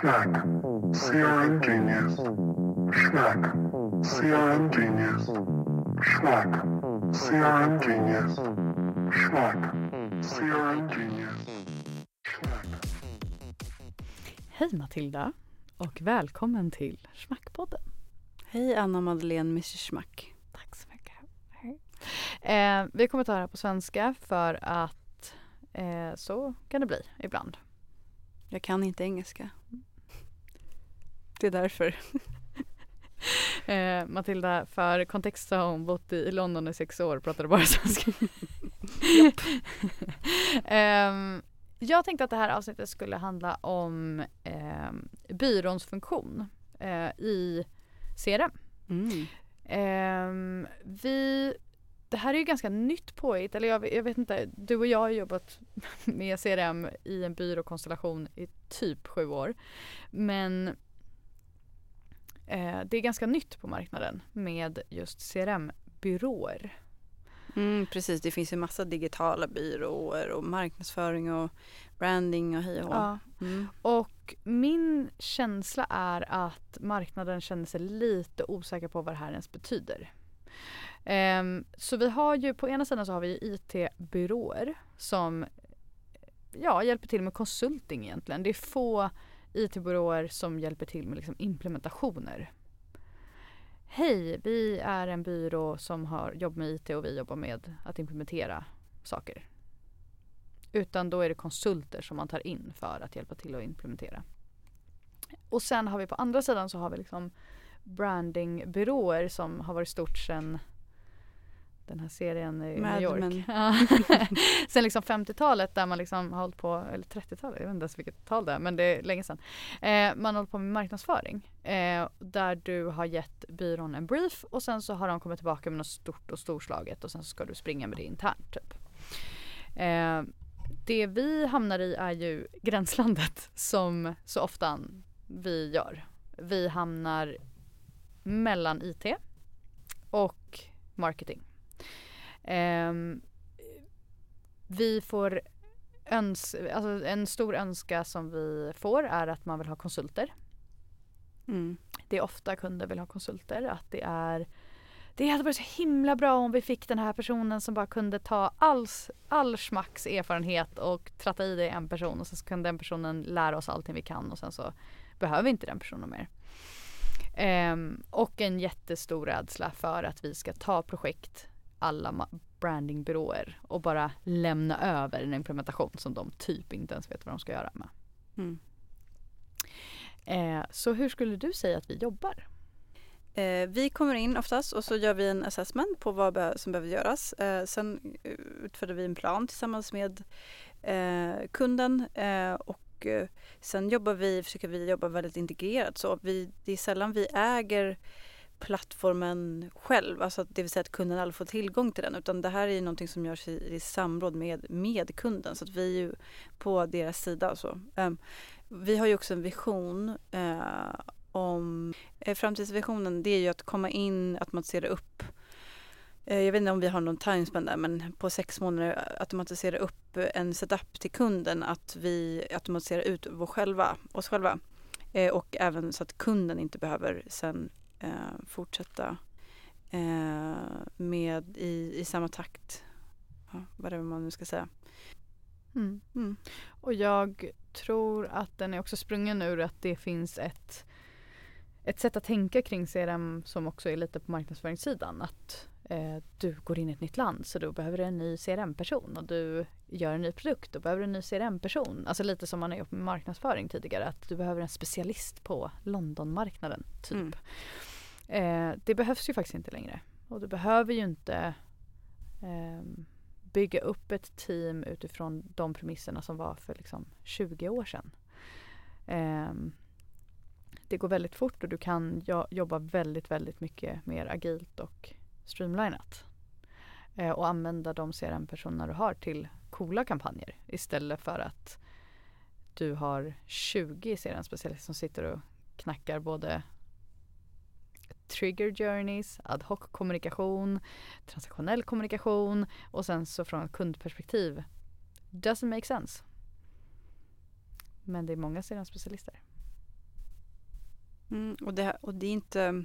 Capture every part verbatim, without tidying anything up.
Schmack. C R M Genius. Schmack. C R M Genius. Schmack. C R M Genius. Schmack. C R M Genius. Schmack. Hej Matilda och välkommen till Schmackpodden. Hej Anna Madeleine, mister Schmack. Tack så mycket. Hej. Eh, vi kommer ta det här på svenska för att eh, så kan det bli ibland. Jag kan inte engelska. Det är därför. eh, Matilda, för kontext har hon bott i London i sex år och pratade bara svenska. Japp. eh, jag tänkte att det här avsnittet skulle handla om eh, byråns funktion eh, i C R M. Mm. Eh, vi, det här är ju ganska nytt påhitt, eller jag, jag vet inte, du och jag har jobbat med C R M i en byråkonstellation i typ sju år. Men eh, det är ganska nytt på marknaden med just C R M-byråer. Mm, precis, det finns ju massa digitala byråer och marknadsföring och branding och hej och hå. Ja. Mm. Och min känsla är att marknaden känner sig lite osäker på vad det här ens betyder. Um, så vi har ju på ena sidan så har vi I T-byråer som ja, hjälper till med konsulting egentligen. Det är få I T-byråer som hjälper till med liksom implementationer. Hej, vi är en byrå som har jobb med I T och vi jobbar med att implementera saker. Utan då är det konsulter som man tar in för att hjälpa till att implementera. Och sen har vi på andra sidan så har vi liksom brandingbyråer som har varit stort sedan den här serien i Mad New York. Men. Sen liksom femtiotalet där man liksom har hållit på, eller trettiotalet, jag vet inte ens vilket tal det är, men det är länge sedan. Eh, man har hållit på med marknadsföring. Eh, där du har gett byrån en brief och sen så har de kommit tillbaka med något stort och storslaget och sen så ska du springa med det internt typ. Eh, det vi hamnar i är ju gränslandet som så ofta vi gör. Vi hamnar mellan I T och marketing. Um, vi får öns- alltså en stor önska som vi får är att man vill ha konsulter. Mm. Det är ofta kunder vill ha konsulter. Att det är det hade varit så himla bra om vi fick den här personen som bara kunde ta alls, all Schmacks erfarenhet och tratta i det i en person och så kunde den personen lära oss allting vi kan och sen så behöver vi inte den personen mer. Um, och en jättestor rädsla för att vi ska ta projekt alla ma- brandingbyråer och bara lämna över en implementation som de typ inte ens vet vad de ska göra med. Mm. Uh, så hur skulle du säga att vi jobbar? Eh, vi kommer in oftast och så gör vi en assessment på vad be- som behöver göras. Eh, sen utför vi en plan tillsammans med eh, kunden eh, och eh, sen jobbar vi, försöker vi jobba väldigt integrerat. Så vi, det är sällan vi äger plattformen själv, alltså det vill säga att kunden aldrig får tillgång till den, utan det här är ju någonting som görs i, i samråd med, med kunden, så att vi är ju på deras sida och så. Um, vi har ju också en vision uh, om eh, framtidsvisionen, det är ju att komma in, automatisera upp. Eh, jag vet inte om vi har någon timespan där, men på sex månader automatisera upp en setup till kunden, att vi automatiserar ut vår själva, oss själva. Eh, och även så att kunden inte behöver sen eh, fortsätta eh, med i, i samma takt. Ja, vad är det man nu ska säga. Mm. Mm. Och jag tror att den är också sprungen ur att det finns ett ett sätt att tänka kring C R M som också är lite på marknadsföringssidan. Att eh, du går in i ett nytt land så då behöver du en ny C R M-person och du gör en ny produkt då behöver du en ny C R M-person. Alltså lite som man har gjort med marknadsföring tidigare. Att du behöver en specialist på Londonmarknaden typ. Mm. Eh, det behövs ju faktiskt inte längre. Och du behöver ju inte eh, bygga upp ett team utifrån de premisserna som var för liksom tjugo år sedan. Eh, Det går väldigt fort och du kan jo- jobba väldigt, väldigt mycket mer agilt och streamlinat. Eh, och använda de C R M-personer du har till coola kampanjer istället för att du har tjugo C R M-specialister som sitter och knackar både trigger journeys, ad hoc-kommunikation, transaktionell kommunikation och sen så från ett kundperspektiv doesn't make sense. Men det är många C R M-specialister. Mm, och, det, och det är inte...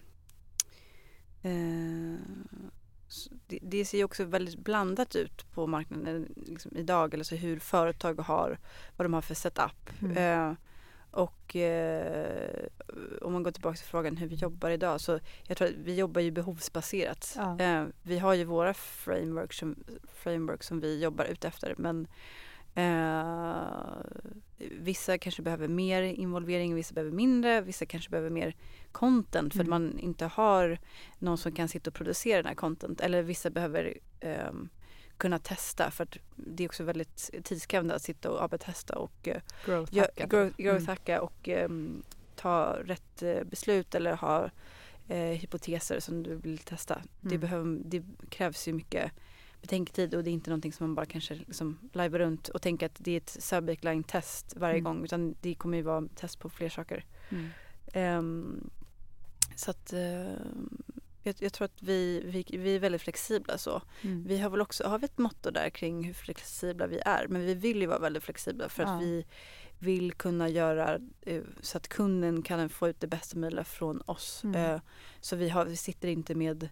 Eh, det, det ser ju också väldigt blandat ut på marknaden liksom idag. Eller så hur företag har, vad de har för setup. Mm. Eh, och eh, om man går tillbaka till frågan hur vi jobbar idag, så jag tror att vi jobbar ju behovsbaserat. Ja. Eh, vi har ju våra framework som, framework som vi jobbar ut efter, men eh, vissa kanske behöver mer involvering, vissa behöver mindre, vissa kanske behöver mer content för Mm. att man inte har någon som kan sitta och producera den här content, eller vissa behöver eh, kunna testa, för att det är också väldigt tidskrävande att sitta och A B-testa och uh, Growth gö- hacka. growth, growth Mm. hacka och um, ta rätt uh, beslut eller ha uh, hypoteser som du vill testa. Det, Mm. behöver, det krävs ju mycket betänktid, och det är inte någonting som man bara kanske liksom live runt och tänker att det är ett sub-backline-test varje Mm. gång, utan det kommer ju vara test på fler saker. Mm. Um, så att uh, jag, jag tror att vi, vi, vi är väldigt flexibla så. Mm. Vi har väl också har vi ett motto där kring hur flexibla vi är, men vi vill ju vara väldigt flexibla för Ja. att vi vill kunna göra uh, så att kunden kan få ut det bästa möjliga från oss. Mm. Uh, så vi, har, vi sitter inte med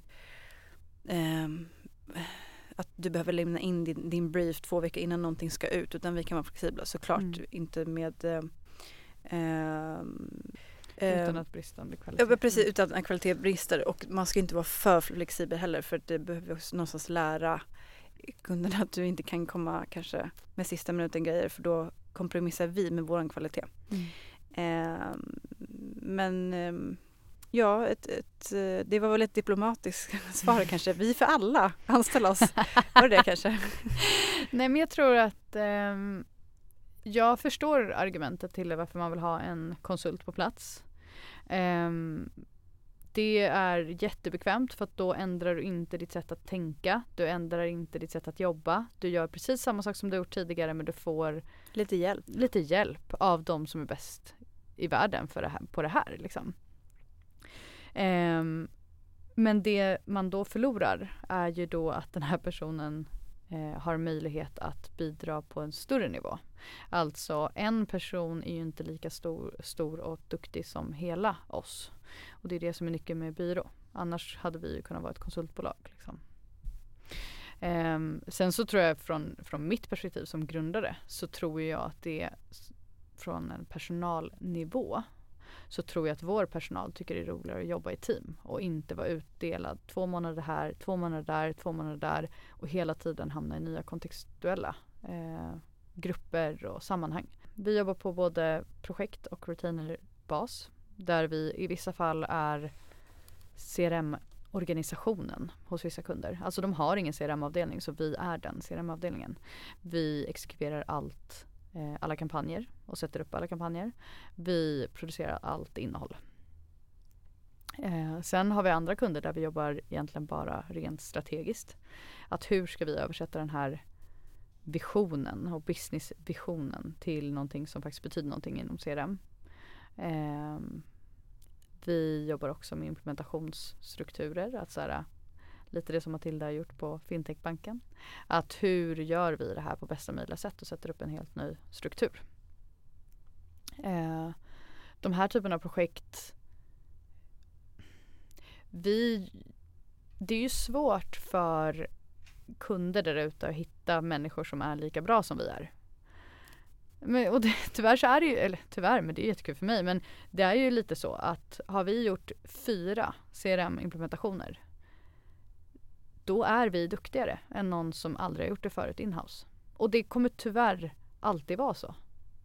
um, att du behöver lämna in din, din brief två veckor innan någonting ska ut, utan vi kan vara flexibla såklart, Mm. inte med uh, um, Utan att bristande kvalitet. Ja, precis, utan att kvalitet brister, och man ska inte vara för flexibel heller, för det behöver också någonstans lära kunderna att du inte kan komma kanske med sista minuten grejer, för då kompromissar vi med våran kvalitet. Mm. Eh, men eh, ja, ett, ett, det var väl ett diplomatiskt svar kanske. Vi för alla, anställ oss. Var det det kanske? Nej, men jag tror att ehm, jag förstår argumentet till varför man vill ha en konsult på plats. Ehm, det är jättebekvämt, för att då ändrar du inte ditt sätt att tänka. Du ändrar inte ditt sätt att jobba. Du gör precis samma sak som du gjort tidigare, men du får Lite hjälp. lite hjälp av de som är bäst i världen för det här, på det här. Liksom. Ehm, men det man då förlorar är ju då att den här personen eh, har möjlighet att bidra på en större nivå. Alltså en person är ju inte lika stor, stor och duktig som hela oss. Och det är det som är nyckeln med byrå. Annars hade vi ju kunnat vara ett konsultbolag. Liksom. Ehm, sen så tror jag från, från mitt perspektiv som grundare, så tror jag att det är från en personalnivå, så tror jag att vår personal tycker det är roligare att jobba i team och inte vara utdelad två månader här, två månader där, två månader där och hela tiden hamna i nya kontextuella eh, grupper och sammanhang. Vi jobbar på både projekt och retainer-bas, där vi i vissa fall är C R M-organisationen hos vissa kunder. Alltså de har ingen C R M-avdelning, så vi är den C R M-avdelningen. Vi exekverar allt, eh, alla kampanjer och sätter upp alla kampanjer. Vi producerar allt innehåll. Eh, sen har vi andra kunder där vi jobbar egentligen bara rent strategiskt. Att hur ska vi översätta den här visionen och businessvisionen till någonting som faktiskt betyder någonting inom C R M. Eh, vi jobbar också med implementationsstrukturer, att så här, lite det som Matilda har gjort på Fintechbanken. Att hur gör vi det här på bästa möjliga sätt och sätter upp en helt ny struktur. Eh, de här typerna av projekt, vi, det är ju svårt för kunder där ute att hitta människor som är lika bra som vi är. Men, och det, tyvärr så är det ju, eller tyvärr, men det är jättekul för mig, men det är ju lite så att har vi gjort fyra C R M-implementationer, då är vi duktigare än någon som aldrig har gjort det förut in-house. Och det kommer tyvärr alltid vara så.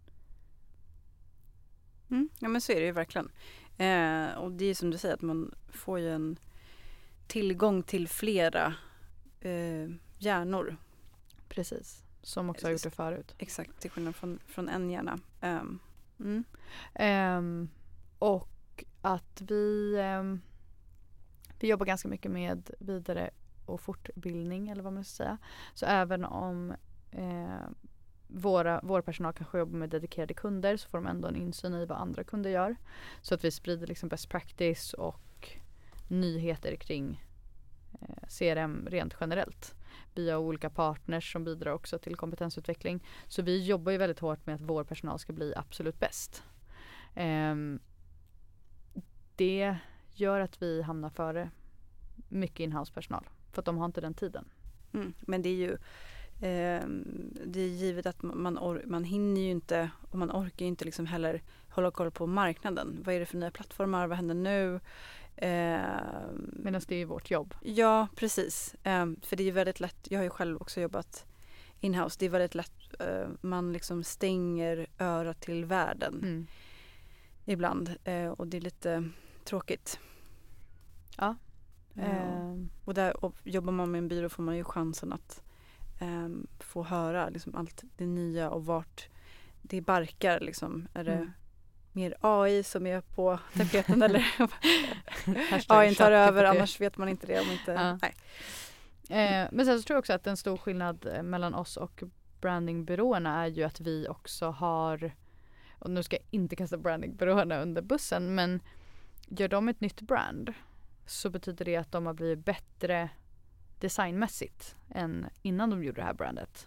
Mm, ja, men så är det ju verkligen. Eh, och det är som du säger, att man får ju en tillgång till flera eh, hjärnor. Precis. Som också har gjort det förut. Exakt, till skillnad från, från en hjärna. Um, mm. Um, och att vi, um, vi jobbar ganska mycket med vidare och fortbildning, eller vad man ska säga. Så även om eh, våra, vår personal kanske jobbar med dedikerade kunder, så får de ändå en insyn i vad andra kunder gör. Så att vi sprider liksom best practice och nyheter kring eh, C R M rent generellt. Vi har olika partners som bidrar också till kompetensutveckling. Så vi jobbar ju väldigt hårt med att vår personal ska bli absolut bäst. Um, det gör att vi hamnar före mycket inhouse-personal. För att de har inte den tiden. Mm. Men det är ju eh, det är givet att man, or- man hinner ju inte och man orkar ju inte liksom heller hålla koll på marknaden. Vad är det för nya plattformar? Vad händer nu? Eh, Medan det är ju vårt jobb. Ja, precis. Eh, för det är ju väldigt lätt. Jag har ju själv också jobbat inhouse. Det är väldigt lätt. Eh, man liksom stänger örat till världen Mm. ibland. Eh, och det är lite tråkigt. Ja. Eh, och, där, och jobbar man med en byrå får man ju chansen att eh, få höra liksom allt det nya och vart det barkar. Liksom. Är det Mm. mer A I som är på tapeten eller Hashtag A I tar över, ChatGPT. annars vet man inte det. Om inte, Ja. nej. Eh, men sen så tror jag också att en stor skillnad eh, mellan oss och brandingbyråerna är ju att vi också har, och nu ska jag inte kasta brandingbyråerna under bussen, men gör de ett nytt brand så betyder det att de har blivit bättre designmässigt än innan de gjorde det här brandet.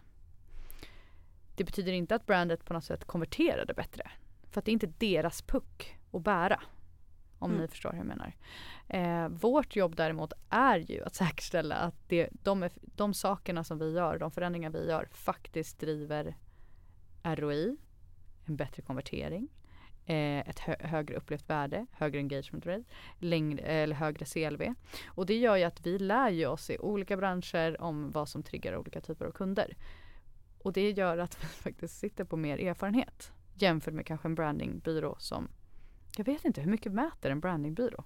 Det betyder inte att brandet på något sätt konverterade bättre. För att det är inte deras puck att bära. Om Mm. ni förstår hur jag menar. Eh, vårt jobb däremot är ju att säkerställa att det, de, de sakerna som vi gör, de förändringar vi gör faktiskt driver R O I, en bättre konvertering, eh, ett hö, högre upplevt värde, högre engagement rate, längre, eller högre C L V. Och det gör ju att vi lär ju oss i olika branscher om vad som triggar olika typer av kunder. Och det gör att vi faktiskt sitter på mer erfarenhet jämfört med kanske en brandingbyrå som, jag vet inte, hur mycket mäter en brandingbyrå?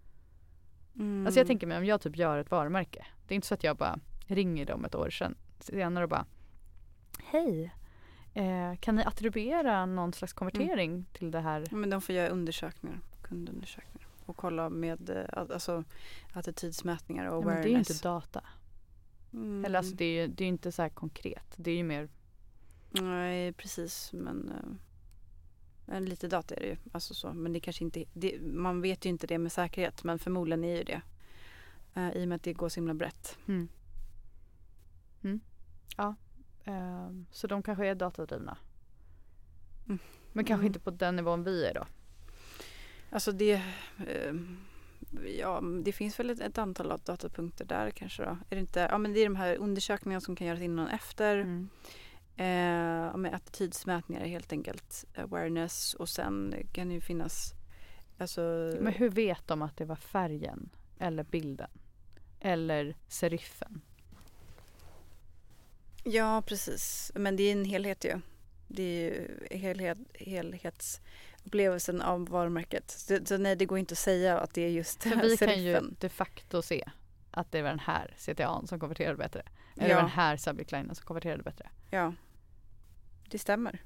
Mm. Alltså jag tänker mig om jag typ gör ett varumärke. Det är inte så att jag bara ringer dem ett år sedan, senare och bara hej, eh, kan ni attribuera någon slags konvertering mm. till det här? Men de får göra undersökningar, kundundersökningar och kolla med eh, alltså, attitydsmätningar och Ja, men awareness. det är ju inte data. Mm. Eller alltså det är ju det är inte så här konkret. Det är ju mer... Nej, precis. Men eh, lite data är det ju. Alltså så. Men det kanske inte, det, man vet ju inte det med säkerhet. Men förmodligen är ju det. Eh, I och med att det går så himla brett. Mm. Mm. Ja. Eh, så de kanske är datadrivna. Mm. Men kanske Mm. inte på den nivån vi är då. Alltså det... Eh, ja, det finns väl ett, ett antal datapunkter där kanske då. Är det inte... Ja, men det är de här undersökningarna som kan göras innan och efter. Mm. Eh, med attitydsmätningar helt enkelt. Awareness. Och sen kan det ju finnas... Alltså, Men hur vet de att det var färgen? Eller bilden? Eller serifen? Ja, precis. Men det är en helhet ju. Det är ju helhet, helhetsupplevelsen av varumärket. Så, så nej, det går inte att säga att det är just För vi serifen. kan ju de facto se att det var den här C T A:n som konverterade bättre. Eller Ja. den här subject linen som konverterade bättre. Ja, det stämmer.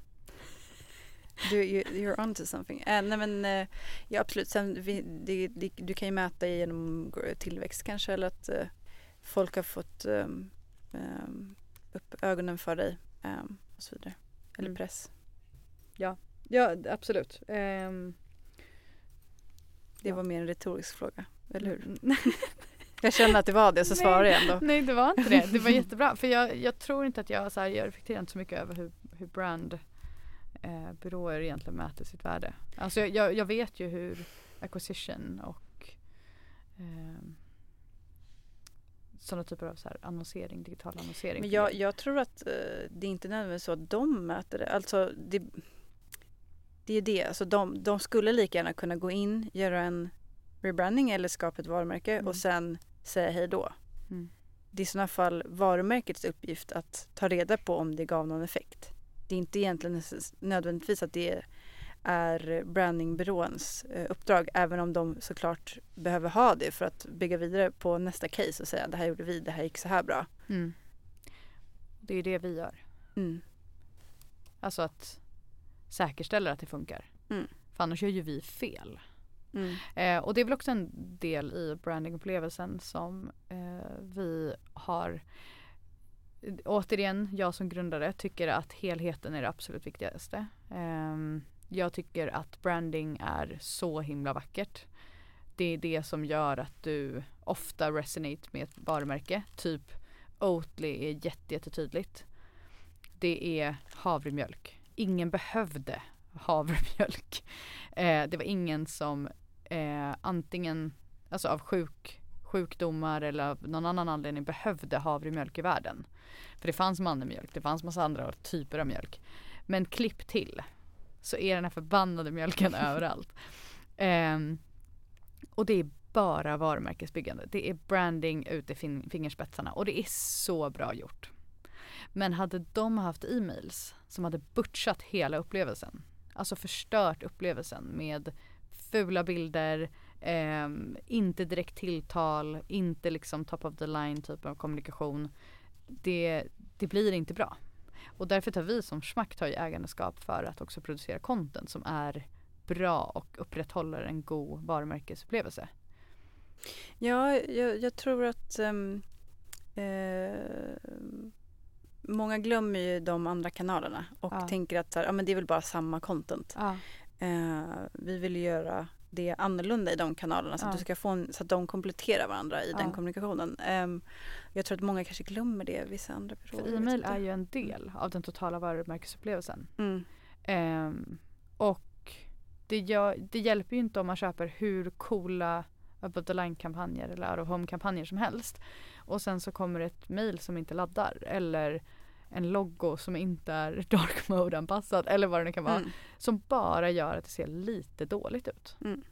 Du, you, you're on to something. Äh, nej men, eh, ja absolut. Sen, vi, det, det, du kan ju mäta genom tillväxt kanske. Eller att eh, folk har fått um, um, upp ögonen för dig. Um, och så vidare. Eller Mm. press. Ja, ja absolut. Um, Det Ja. var mer en retorisk fråga. Eller hur? Mm. Jag känner att det var det, så svarar jag ändå. Nej, det var inte det. Det var jättebra. För jag, jag tror inte att jag, så här, jag reflekterar inte så mycket över hur, hur brand eh, byråer egentligen mäter sitt värde. Alltså jag, jag, jag vet ju hur acquisition och eh, sådana typer av så här, annonsering, digital annonsering. Men jag, jag tror att eh, det är inte nödvändigtvis så att de mäter det. Alltså det, det är det. Alltså de, de skulle lika gärna kunna gå in, göra en rebranding eller skapa ett varumärke Mm. och sen säga hej då. Mm. Det är i sådana fall varumärkets uppgift att ta reda på om det gav någon effekt. Det är inte egentligen nödvändigtvis att det är brandingbyråns eh, uppdrag, även om de såklart behöver ha det för att bygga vidare på nästa case och säga det här gjorde vi, det här gick så här bra. Mm. Det är ju det vi gör. Mm. Alltså att säkerställa att det funkar. Mm. För annars gör ju vi fel. Mm. Eh, och det är väl också en del i brandingupplevelsen som eh, vi har. Återigen, jag som grundare tycker att helheten är det absolut viktigaste. Eh, jag tycker att branding är så himla vackert. Det är det som gör att du ofta resonate med ett varumärke. Typ Oatly är jätte, jättetydligt. Det är havremjölk. Ingen behövde havremjölk. Eh, det var ingen som eh, eh, antingen alltså av sjuk, sjukdomar eller av någon annan anledning behövde havremjölk i världen. För det fanns mandelmjölk, det fanns massa andra typer av mjölk. Men klipp till så är den här förbannade mjölken överallt. Eh, och det är bara varumärkesbyggande. Det är branding ut i fin- fingerspetsarna och det är så bra gjort. Men hade de haft e-mails som hade butchat hela upplevelsen, alltså förstört upplevelsen med fula bilder, eh, inte direkt tilltal, inte liksom top of the line typ av kommunikation, det, det blir inte bra. Och därför tar vi som Schmack tar ju ägandeskap för att också producera content som är bra och upprätthåller en god varumärkesupplevelse. Ja, jag, jag tror att um, eh, många glömmer ju de andra kanalerna och Ja. tänker att så här, ja, men det är väl bara samma content. Ja. Eh, vi vill göra det annorlunda i de kanalerna så, Ja. att, du ska få en, så att de kompletterar varandra i Ja. den kommunikationen. Um, jag tror att många kanske glömmer det, vissa andra byråer. För e-mail är ju en del av den totala varumärkesupplevelsen. Mm. Um, och det, gör, det hjälper ju inte om man köper hur coola above the line-kampanjer eller out of home-kampanjer som helst. Och sen så kommer ett mail som inte laddar eller en logo som inte är dark mode-anpassad eller vad det nu kan vara. Mm. Som bara gör att det ser lite dåligt ut. Mm.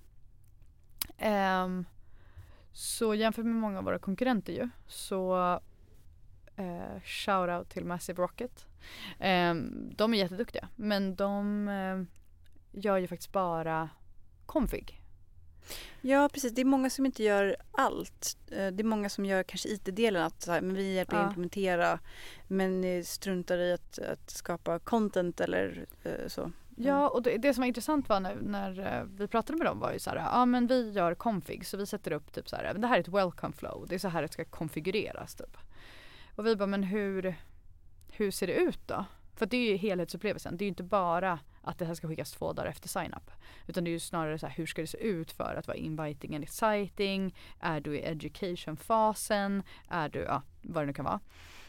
Um, så jämfört med många av våra konkurrenter ju så uh, shout out till Massive Rocket. Um, de är jätteduktiga men de uh, gör ju faktiskt bara config. Ja, precis. Det är många som inte gör allt. Eh, Det är många som gör kanske I T-delen, att så här, men vi hjälper Ja. att implementera men eh, struntar i att, att skapa content eller eh, så. Ja, och det, det som var intressant var när, när uh, vi pratade med dem var ju så här, ja men vi gör config så vi sätter upp typ så här, det här är ett welcome flow, det är så här det ska konfigureras typ. Och vi bara, men hur, hur ser det ut då? För det är ju helhetsupplevelsen, det är ju inte bara att det här ska skickas två dagar efter sign-up. Utan det är ju snarare så här, hur ska det se ut för att vara inviting and exciting? Är du i education-fasen? Är du, ja, vad det nu kan vara.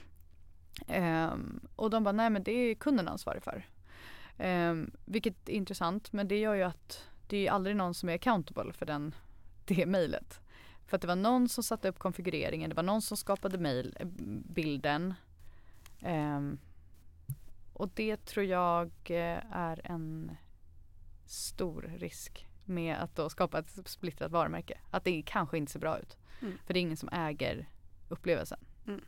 Um, och de bara, nej men det är kunden ansvarig för. Um, vilket är intressant, men det gör ju att det är aldrig någon som är accountable för den, det mejlet. För att det var någon som satte upp konfigureringen, det var någon som skapade mail, bilden. Um, och det tror jag är en stor risk med att då skapa ett splittrat varumärke. Att det kanske inte ser bra ut. Mm. För det är ingen som äger upplevelsen. Mm.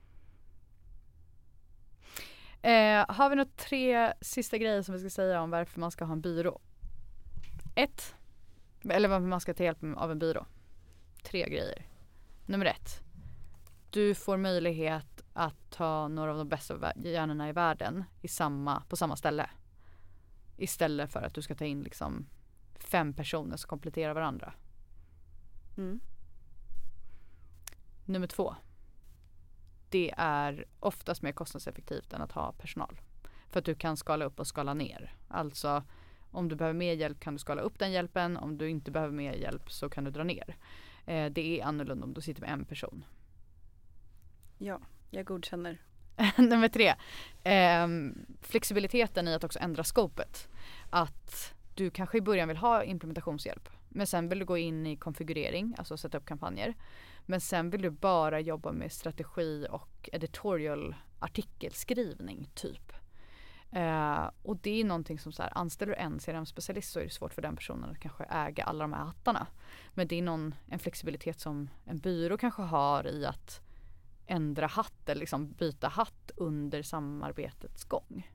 Eh, har vi några tre sista grejer som vi ska säga om varför man ska ha en byrå? Ett. Eller varför man ska ta hjälp av en byrå. Tre grejer. Nummer ett. Du får möjlighet att ta några av de bästa hjärnorna i världen i samma, på samma ställe. Istället för att du ska ta in liksom fem personer som kompletterar varandra. Mm. Nummer två. Det är oftast mer kostnadseffektivt än att ha personal. För att du kan skala upp och skala ner. Alltså om du behöver mer hjälp kan du skala upp den hjälpen. Om du inte behöver mer hjälp så kan du dra ner. Eh, det är annorlunda om du sitter med en person. Ja, jag godkänner. Nummer tre. Eh, flexibiliteten i att också ändra scopet. Att du kanske i början vill ha implementationshjälp. Men sen vill du gå in i konfigurering, alltså sätta upp kampanjer. Men sen vill du bara jobba med strategi och editorial artikelskrivning typ. Eh, och det är någonting som så här, anställer du en C R M-specialist så är det svårt för den personen att kanske äga alla de här hattarna. Men det är någon, en flexibilitet som en byrå kanske har i att ändra hatt eller liksom byta hatt under samarbetets gång.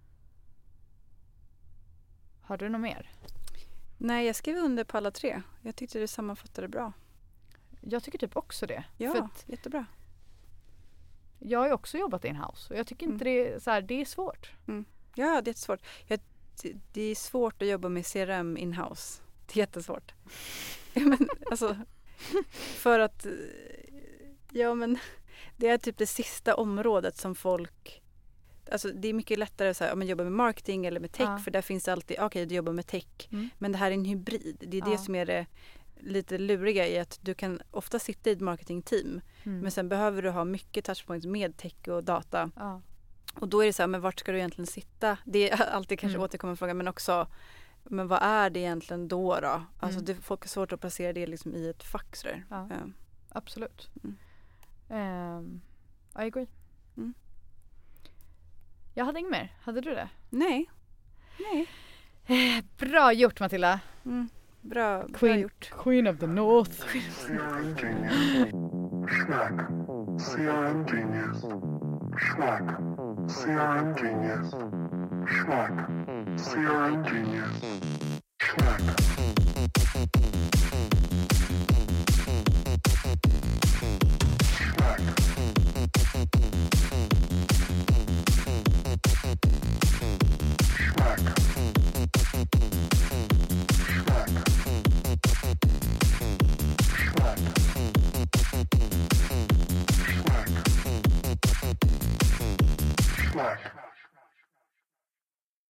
Har du något mer? Nej, jag skrev under på alla tre. Jag tyckte det sammanfattade bra. Jag tycker typ också det. Ja, För att jättebra. jag har ju också jobbat in-house och jag tycker inte det är så här, det är svårt. Ja, det är jättesvårt. Jag, det är svårt att jobba med C R M in-house. Det är jättesvårt. Ja, men, alltså, för att ja, men det är typ det sista området som folk, alltså det är mycket lättare så här, om man jobbar med marketing eller med tech, Ja. för där finns det alltid, okej okay, du jobbar med tech, Mm. men det här är en hybrid. Det är Ja. det som är det lite luriga i att du kan ofta sitta i ett marketingteam, Mm. men sen behöver du ha mycket touchpoints med tech och data. Ja. Och då är det så här, men vart ska du egentligen sitta? Det är alltid kanske Mm. återkommande fråga, men också Men vad är det egentligen då då? Alltså Mm. det, folk är svårt att placera det liksom i ett fack sådär. Ja. Eh, Absolut. Mm. Um, I agree. Mm. Jag hade inget mer. Hade du det? nej. Nej. Bra gjort Matilda. Mm. Bra, bra Queen, gjort. Queen of the North. C R M genius. Schmack. C R M genius. Schmack. C R M genius. Schmack. C R M genius. Schmack.